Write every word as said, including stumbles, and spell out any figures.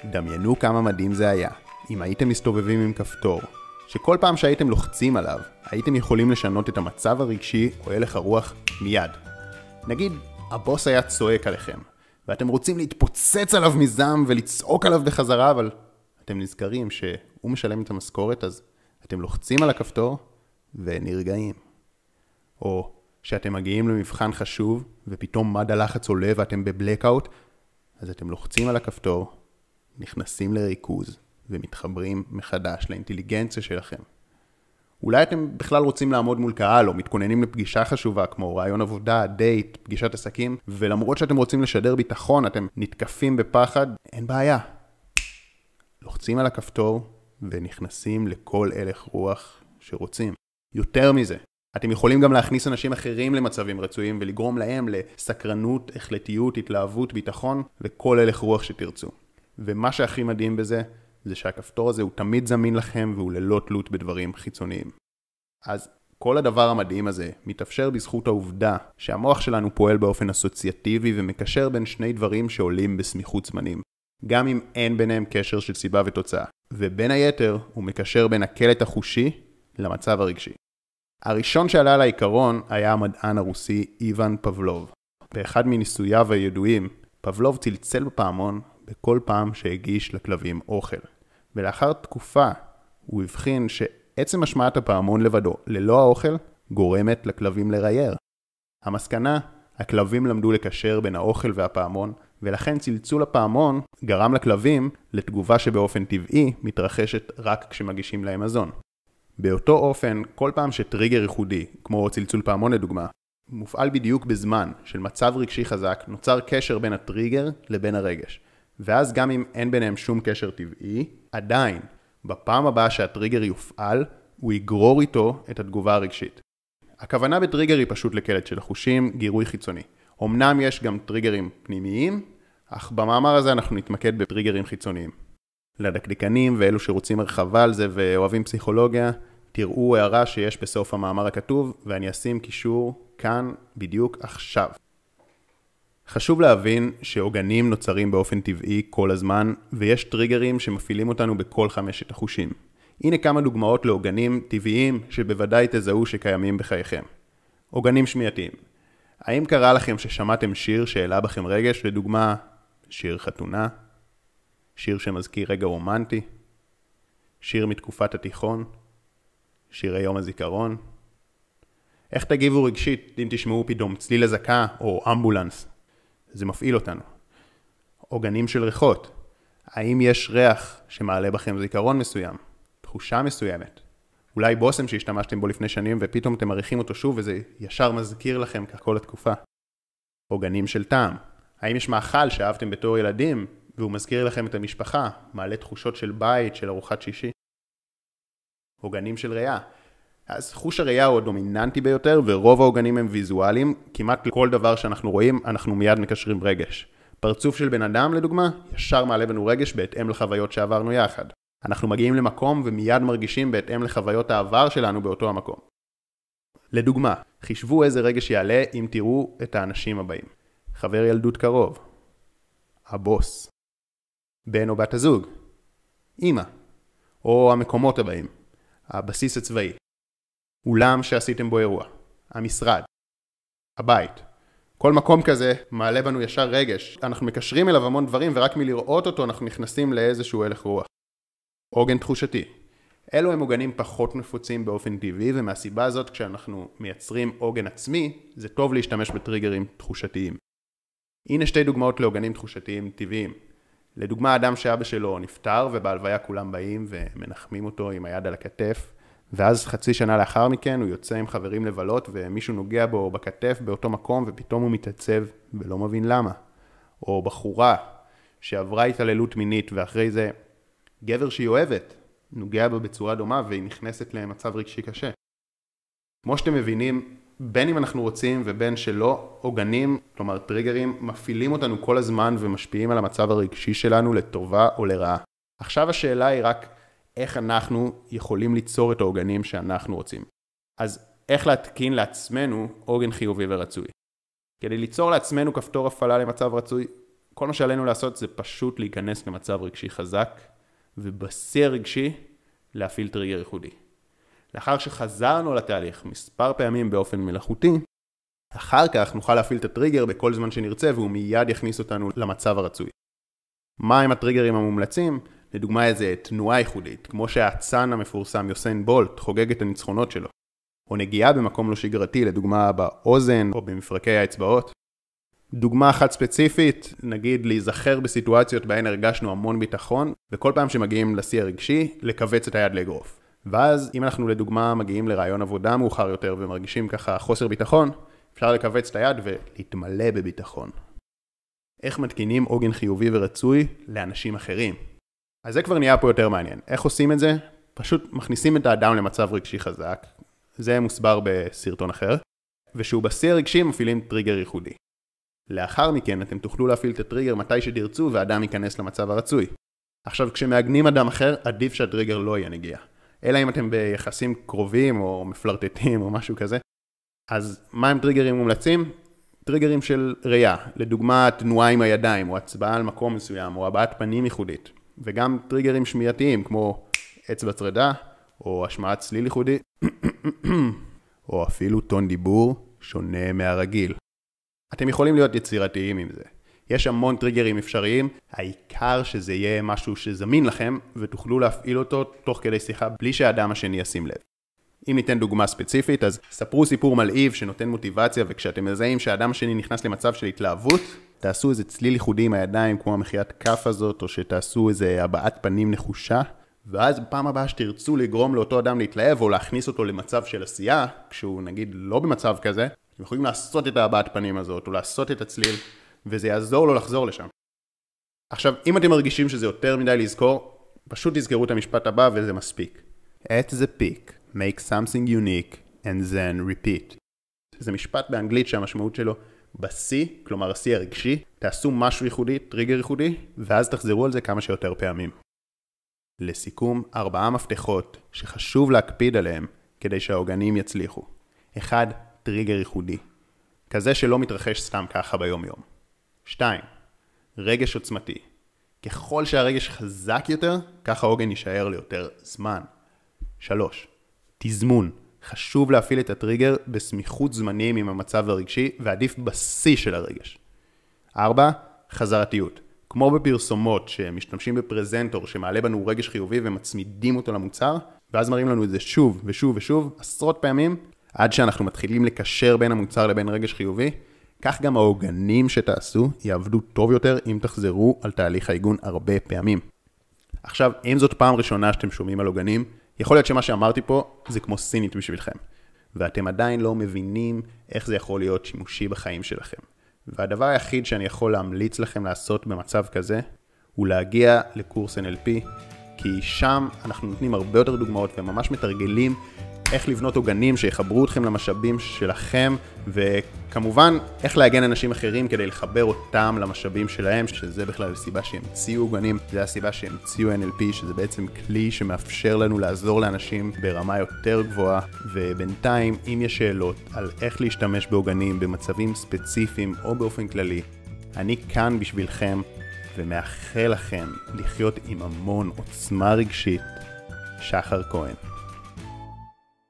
דמיינו כמה מדהים זה היה, אם הייתם מסתובבים עם כפתור, שכל פעם שהייתם לוחצים עליו, הייתם יכולים לשנות את המצב הרגשי או הלך הרוח מיד. נגיד, הבוס היה צועק עליכם, ואתם רוצים להתפוצץ עליו מזעם ולצעוק עליו בחזרה, אבל אתם נזכרים שהוא משלם את המשכורת, אז אתם לוחצים על הכפתור ונרגעים. או שאתם מגיעים למבחן חשוב, ופתאום מד הלחץ עולה ואתם בבלקאוט, אז אתם לוחצים על הכפתור, נכנסים לריכוז, ומתחברים מחדש לאינטליגנציה שלכם. אולי אתם בכלל רוצים לעמוד מול קהל, או מתכוננים לפגישה חשובה, כמו רעיון עבודה, דייט, פגישת עסקים, ולמרות שאתם רוצים לשדר ביטחון, אתם נתקפים בפחד, אין בעיה. לוחצים על הכפתור, ונכנסים לכל הלך רוח שרוצים. יותר מזה, אתם יכולים גם להכניס אנשים אחרים למצבים רצויים, ולגרום להם לסקרנות, החלטיות, התלהבות, ביטחון, וכל הלך רוח שתרצו. ומה שהכי מדהים בזה, זה שהכפתור הזה הוא תמיד זמין לכם, והוא ללא תלות בדברים חיצוניים. אז כל הדבר המדהים הזה מתאפשר בזכות העובדה שהמוח שלנו פועל באופן אסוציאטיבי, ומקשר בין שני דברים שעולים בסמיכות זמנים. גם אם אין ביניהם קשר של סיבה ותוצאה. ובין היתר, הוא מקשר בין הקלט החושי למצב הרגשי. הראשון שעלה על העיקרון היה המדען הרוסי איוון פבלוב. באחד מניסוייו הידועים, פבלוב צלצל בפעמון בכל פעם שהגיש לכלבים אוכל. ולאחר תקופה הוא הבחין שעצם השמעת הפעמון לבדו ללא האוכל גורמת לכלבים לרייר. המסקנה, הכלבים למדו לקשר בין האוכל והפעמון, ולכן צלצול הפעמון גרם לכלבים לתגובה שבאופן טבעי מתרחשת רק כשמגישים להם מזון. באותו אופן, כל פעם שטריגר ייחודי, כמו צלצול פעמון לדוגמה, מופעל בדיוק בזמן של מצב רגשי חזק, נוצר קשר בין הטריגר לבין הרגש. ואז גם אם אין ביניהם שום קשר טבעי, עדיין, בפעם הבאה שהטריגר יופעל, הוא יגרור איתו את התגובה הרגשית. הכוונה בטריגר היא פשוט לקלט של החושים, גירוי חיצוני. אמנם יש גם טריגרים פנימיים, אך במאמר הזה אנחנו נתמקד בטריגרים חיצוניים. לדקדקנים ואלו שרוצים הרחבה על זה ואוהבים פסיכולוגיה, תראו הערה שיש בסוף המאמר הכתוב, ואני אשים קישור כאן בדיוק עכשיו. חשוב להבין שעוגנים נוצרים באופן טבעי כל הזמן, ויש טריגרים שמפעילים אותנו בכל חמשת החושים. הנה כמה דוגמאות לעוגנים טבעיים שבוודאי תזהו שקיימים בחייכם. עוגנים שמיעתיים. האם קרה לכם ששמעתם שיר שהעלה בכם רגש, לדוגמה שיר חתונה, שיר שמזכיר רגע רומנטי, שיר מתקופת התיכון, שירי יום הזיכרון? איך תגיבו רגשית אם תשמעו פתאום צליל אזעקה או אמבולנס? זה מפעיל אותנו. עוגנים של ריחות. האם יש ריח שמעלה בכם זיכרון מסוים? תחושה מסוימת? אולי בושם שהשתמשתם בו לפני שנים ופתאום אתם מריחים אותו שוב וזה ישר מזכיר לכם כך כל התקופה. עוגנים של טעם. האם יש מאכל שאהבתם בתור ילדים והוא מזכיר לכם את המשפחה, מעלה תחושות של בית, של ארוחת שישי? עוגנים של ראייה. אז חוש הראייה הוא הדומיננטי ביותר, ורוב העוגנים הם ויזואליים. כמעט לכל דבר שאנחנו רואים, אנחנו מיד מקשרים רגש. פרצוף של בן אדם, לדוגמה, ישר מעלה בנו רגש בהתאם לחוויות שעברנו יחד. אנחנו מגיעים למקום ומיד מרגישים בהתאם לחוויות העבר שלנו באותו המקום. לדוגמה, חישבו איזה רגש יעלה אם תראו את האנשים הבאים. חבר ילדות קרוב. הבוס. בן או בת הזוג. אמא. או המקומות הבאים. הבסיס הצבאי. אולם שעשיתם בו אירוע. המשרד. הבית. כל מקום כזה מעלה בנו ישר רגש. אנחנו מקשרים אליו המון דברים ורק מלראות אותו אנחנו נכנסים לאיזשהו הלך רוח. עוגן תחושתי. אלו הם עוגנים פחות נפוצים באופן טבעי, ומהסיבה הזאת כשאנחנו מייצרים עוגן עצמי, זה טוב להשתמש בטריגרים תחושתיים. הנה שתי דוגמאות לעוגנים תחושתיים טבעיים. לדוגמה, אדם שאבא שלו נפטר ובהלוויה כולם באים ומנחמים אותו עם היד על הכתף, ואז חצי שנה לאחר מכן הוא יוצא עם חברים לבלות ומישהו נוגע בו בכתף באותו מקום ופתאום הוא מתעצב ולא מבין למה. או בחורה שעברה התעללות מינית ואחרי זה גבר שהיא אוהבת נוגע בה בצורה דומה והיא נכנסת למצב רגשי קשה. כמו שאתם מבינים, בין אם אנחנו רוצים ובין שלא, עוגנים, כלומר טריגרים, מפעילים אותנו כל הזמן ומשפיעים על המצב הרגשי שלנו לטובה או לרעה. עכשיו השאלה היא רק איך אנחנו יכולים ליצור את העוגנים שאנחנו רוצים. אז איך להתקין לעצמנו עוגן חיובי ורצוי? כדי ליצור לעצמנו כפתור הפעלה למצב רצוי, כל מה שעלינו לעשות זה פשוט להיכנס למצב רגשי חזק, ובשיא הרגשי להפעיל טריגר ייחודי. לאחר שחזרנו לתהליך מספר פעמים באופן מלאכותי, אחר כך נוכל להפעיל את הטריגר בכל זמן שנרצה, והוא מיד יכניס אותנו למצב הרצוי. מה עם הטריגרים המומלצים? לדוגמה איזה תנועה ייחודית, כמו שהאצן המפורסם יוסיין בולט חוגג את הניצחונות שלו. או נגיעה במקום לא שגרתי, לדוגמה באוזן או במפרקי האצבעות. דוגמה אחת ספציפית, נגיד להיזכר בסיטואציות בהן הרגשנו המון ביטחון, וכל פעם שמגיעים לשיא הרגשי, לקבץ את היד לאגרוף. ואז אם אנחנו לדוגמה מגיעים לרעיון עבודה מאוחר יותר ומרגישים ככה חוסר ביטחון, אפשר לקבץ את היד ולהתמלא בביטחון. איך מתקינים עוגן חיובי ורצוי לאנשים אחרים? אז זה כבר נהיה פה יותר מעניין. איך עושים את זה? פשוט מכניסים את האדם למצב רגשי חזק. זה מוסבר בסרטון אחר. ושהוא בשיא הרגשי מפעילים טריגר ייחודי. לאחר מכן אתם תוכלו להפעיל את הטריגר מתי שתרצו והאדם ייכנס למצב הרצוי. עכשיו כשמאגנים אדם אחר, עדיף שהטריגר לא יהיה נגיע. אלא אם אתם ביחסים קרובים או מפלרטטים או משהו כזה. אז מה הם טריגרים מומלצים? טריגרים של ראייה, לדוגמה תנועה עם הידיים או הצבעה על מקום מסוים או הבעת פנים ייחודית. וגם טריגרים שמיעתיים כמו אצבע צרדה או השמעת צליל ייחודי או אפילו טון דיבור שונה מהרגיל. אתם יכולים להיות יצירתיים עם זה. יש המון טריגרים אפשריים, העיקר שזה יהיה משהו שזמין לכם ותוכלו להפעיל אותו תוך כדי שיחה בלי שהאדם השני ישים לב. אם ניתן דוגמה ספציפית, אז ספרו סיפור מלהיב שנותן מוטיבציה, וכשאתם מזהים שהאדם השני נכנס למצב של התלהבות, תעשו איזה צליל ייחודי עם הידיים כמו המחיית כף הזאת, או שתעשו איזה הבעת פנים נחושה, ואז בפעם הבאה שתרצו לגרום לאותו אדם להתלהב או להכניס אותו למצב של עשייה, כשהוא נגיד לא במצב כזה, אתם יכולים לעשות את הבעת פנים הזאת או לעשות את הצליל, וזה יעזור לו לחזור לשם. עכשיו, אם אתם מרגישים שזה יותר מדי לזכור, פשוט תזכרו את המשפט הבא וזה מספיק. At the peak, make something unique and then repeat. זה משפט באנגלית שהמשמעות שלו בשיא, כלומר השיא הרגשי, תעשו משהו ייחודי, טריגר ייחודי, ואז תחזרו על זה כמה שיותר פעמים. לסיכום, ארבעה מפתחות שחשוב להקפיד עליהם כדי שהעוגנים יצליחו. אחד, טריגר ייחודי. כזה שלא מתרחש סתם ככה ביום יום. שתיים, רגש עוצמתי. ככל שהרגש חזק יותר, ככה העוגן יישאר ליותר זמן. שלוש, תזמון. חשוב להפעיל את הטריגר בסמיכות זמנים עם המצב הרגשי ועדיף בשיא של הרגש. ארבע, חזרתיות. כמו בפרסומות שמשתמשים בפרזנטור שמעלה בנו רגש חיובי ומצמידים אותו למוצר, ואז מראים לנו את זה שוב ושוב ושוב, עשרות פעמים, עד שאנחנו מתחילים לקשר בין המוצר לבין רגש חיובי, כך גם העוגנים שתעשו יעבדו טוב יותר אם תחזרו על תהליך העיגון הרבה פעמים. עכשיו, אם זאת פעם ראשונה שאתם שומעים על עוגנים, יכול להיות שמה שאמרתי פה זה כמו סינית בשבילכם, ואתם עדיין לא מבינים איך זה יכול להיות שימושי בחיים שלכם. והדבר היחיד שאני יכול להמליץ לכם לעשות במצב כזה, הוא להגיע לקורס אן אל פי, כי שם אנחנו נותנים הרבה יותר דוגמאות וממש מתרגלים איך לבנות עוגנים שיחברו אתכם למשאבים שלכם, וכמובן איך להגן אנשים אחרים כדי לחבר אותם למשאבים שלהם, שזה בכלל הסיבה שהם הציעו עוגנים, זה הסיבה שהם הציעו אן אל פי, שזה בעצם כלי שמאפשר לנו לעזור לאנשים ברמה יותר גבוהה. ובינתיים, אם יש שאלות על איך להשתמש בעוגנים במצבים ספציפיים או באופן כללי, אני כאן בשבילכם ומאחל לכם לחיות עם המון עוצמה רגשית. שחר כהן.